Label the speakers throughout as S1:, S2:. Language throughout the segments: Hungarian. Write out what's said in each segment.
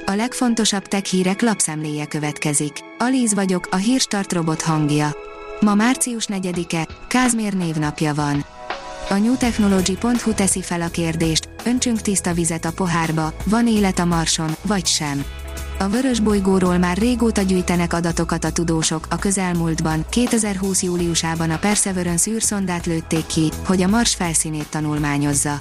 S1: A legfontosabb tech hírek lapszemléje következik. Alíz vagyok, a Hírstart robot hangja. Ma március 4-e, Kázmér névnapja van. A newtechnology.hu teszi fel a kérdést, öntsünk tiszta vizet a pohárba, van élet a Marson, vagy sem. A vörös bolygóról már régóta gyűjtenek adatokat a tudósok, a közelmúltban, 2020 júliusában a Perseverance űrszondát lőtték ki, hogy a Mars felszínét tanulmányozza.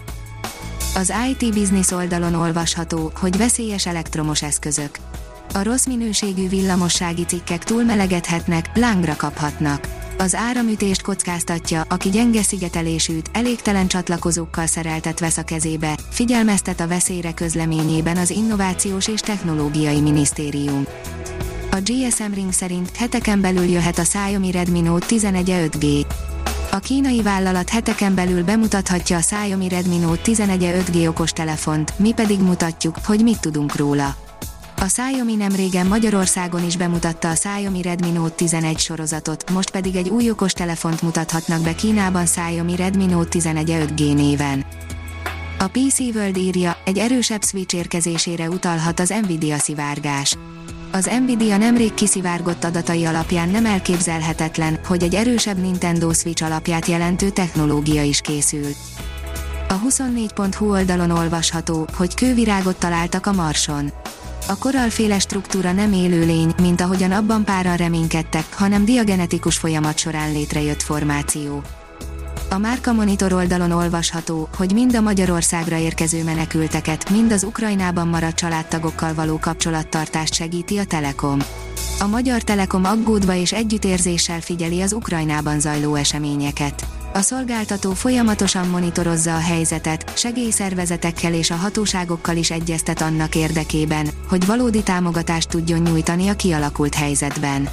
S1: Az IT Business oldalon olvasható, hogy veszélyes elektromos eszközök. A rossz minőségű villamossági cikkek túlmelegedhetnek, lángra kaphatnak. Az áramütést kockáztatja, aki gyenge szigetelésűt, elégtelen csatlakozókkal szereltet vesz a kezébe, figyelmeztet a veszélyre közleményében az Innovációs és Technológiai Minisztérium. A GSM Ring szerint heteken belül jöhet a Xiaomi Redmi Note 11e 5G. A kínai vállalat heteken belül bemutathatja a Xiaomi Redmi Note 11e 5G okostelefont, mi pedig mutatjuk, hogy mit tudunk róla. A Xiaomi nemrégen Magyarországon is bemutatta a Xiaomi Redmi Note 11 sorozatot, most pedig egy új okostelefont mutathatnak be Kínában Xiaomi Redmi Note 11e 5G néven. A PC World írja, egy erősebb Switch érkezésére utalhat az Nvidia szivárgás. Az Nvidia nemrég kiszivárgott adatai alapján nem elképzelhetetlen, hogy egy erősebb Nintendo Switch alapját jelentő technológia is készül. A 24.hu oldalon olvasható, hogy kővirágot találtak a Marson. A korallféle struktúra nem élőlény, mint ahogyan abban páran reménykedtek, hanem diagenetikus folyamat során létrejött formáció. A Márka Monitor oldalon olvasható, hogy mind a Magyarországra érkező menekülteket, mind az Ukrajnában maradt családtagokkal való kapcsolattartást segíti a Telekom. A Magyar Telekom aggódva és együttérzéssel figyeli az Ukrajnában zajló eseményeket. A szolgáltató folyamatosan monitorozza a helyzetet, segélyszervezetekkel és a hatóságokkal is egyeztet annak érdekében, hogy valódi támogatást tudjon nyújtani a kialakult helyzetben.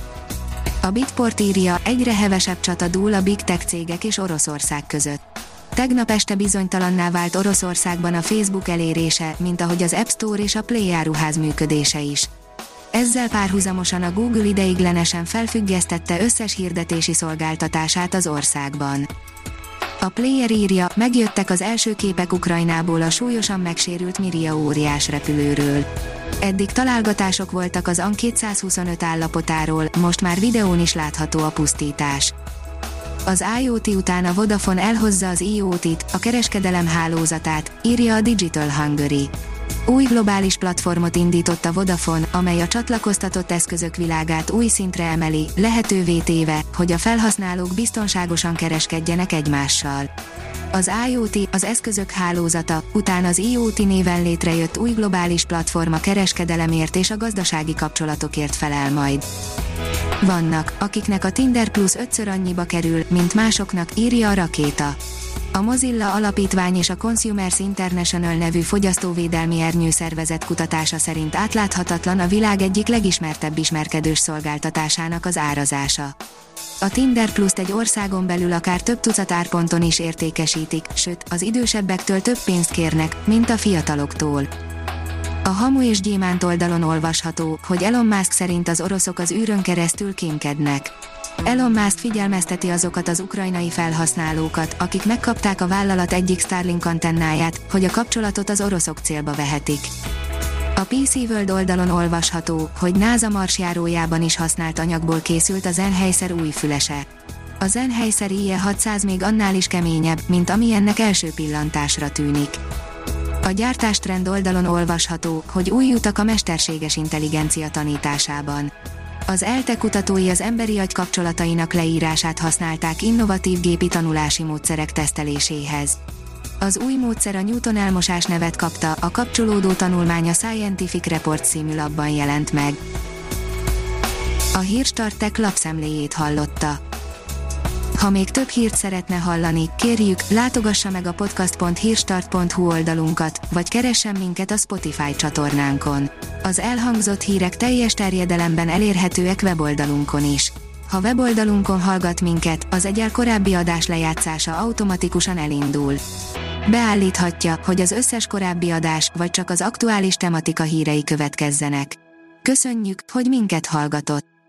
S1: A Bitport írja, egyre hevesebb csata dúl a Big Tech cégek és Oroszország között. Tegnap este bizonytalanná vált Oroszországban a Facebook elérése, mint ahogy az App Store és a Play áruház működése is. Ezzel párhuzamosan a Google ideiglenesen felfüggesztette összes hirdetési szolgáltatását az országban. A Player írja, megjöttek az első képek Ukrajnából a súlyosan megsérült Miria óriás repülőről. Eddig találgatások voltak az An-225 állapotáról, most már videón is látható a pusztítás. Az IoT után a Vodafone elhozza az IoT-t, a kereskedelem hálózatát, írja a Digital Hungary. Új globális platformot indított a Vodafone, amely a csatlakoztatott eszközök világát új szintre emeli, lehetővé téve, hogy a felhasználók biztonságosan kereskedjenek egymással. Az IoT, az eszközök hálózata, után az IoT néven létrejött új globális platform a kereskedelemért és a gazdasági kapcsolatokért felel majd. Vannak, akiknek a Tinder Plus 5-ször annyiba kerül, mint másoknak, írja a Rakéta. A Mozilla Alapítvány és a Consumers International nevű fogyasztóvédelmi ernyőszervezet kutatása szerint átláthatatlan a világ egyik legismertebb ismerkedős szolgáltatásának az árazása. A Tinder Plus-t egy országon belül akár több tucat árponton is értékesítik, sőt, az idősebbektől több pénzt kérnek, mint a fiataloktól. A Hamu és Gyémánt oldalon olvasható, hogy Elon Musk szerint az oroszok az űrön keresztül kémkednek. Elon Musk figyelmezteti azokat az ukrajnai felhasználókat, akik megkapták a vállalat egyik Starlink antennáját, hogy a kapcsolatot az oroszok célba vehetik. A PC World oldalon olvasható, hogy NASA marsjárójában is használt anyagból készült a Sennheiser új fülese. A Sennheiser IE600 még annál is keményebb, mint ami ennek első pillantásra tűnik. A gyártástrend oldalon olvasható, hogy új utak a mesterséges intelligencia tanításában. Az ELTE kutatói az emberi agy kapcsolatainak leírását használták innovatív gépi tanulási módszerek teszteléséhez. Az új módszer a Newton elmosás nevet kapta, a kapcsolódó tanulmány a Scientific Reports című labban jelent meg. A Hírstart Tech lapszemléjét hallotta. Ha még több hírt szeretne hallani, kérjük, látogassa meg a podcast.hírstart.hu oldalunkat, vagy keressen minket a Spotify csatornánkon. Az elhangzott hírek teljes terjedelemben elérhetőek weboldalunkon is. Ha weboldalunkon hallgat minket, az egyel korábbi adás lejátszása automatikusan elindul. Beállíthatja, hogy az összes korábbi adás, vagy csak az aktuális tematika hírei következzenek. Köszönjük, hogy minket hallgatott!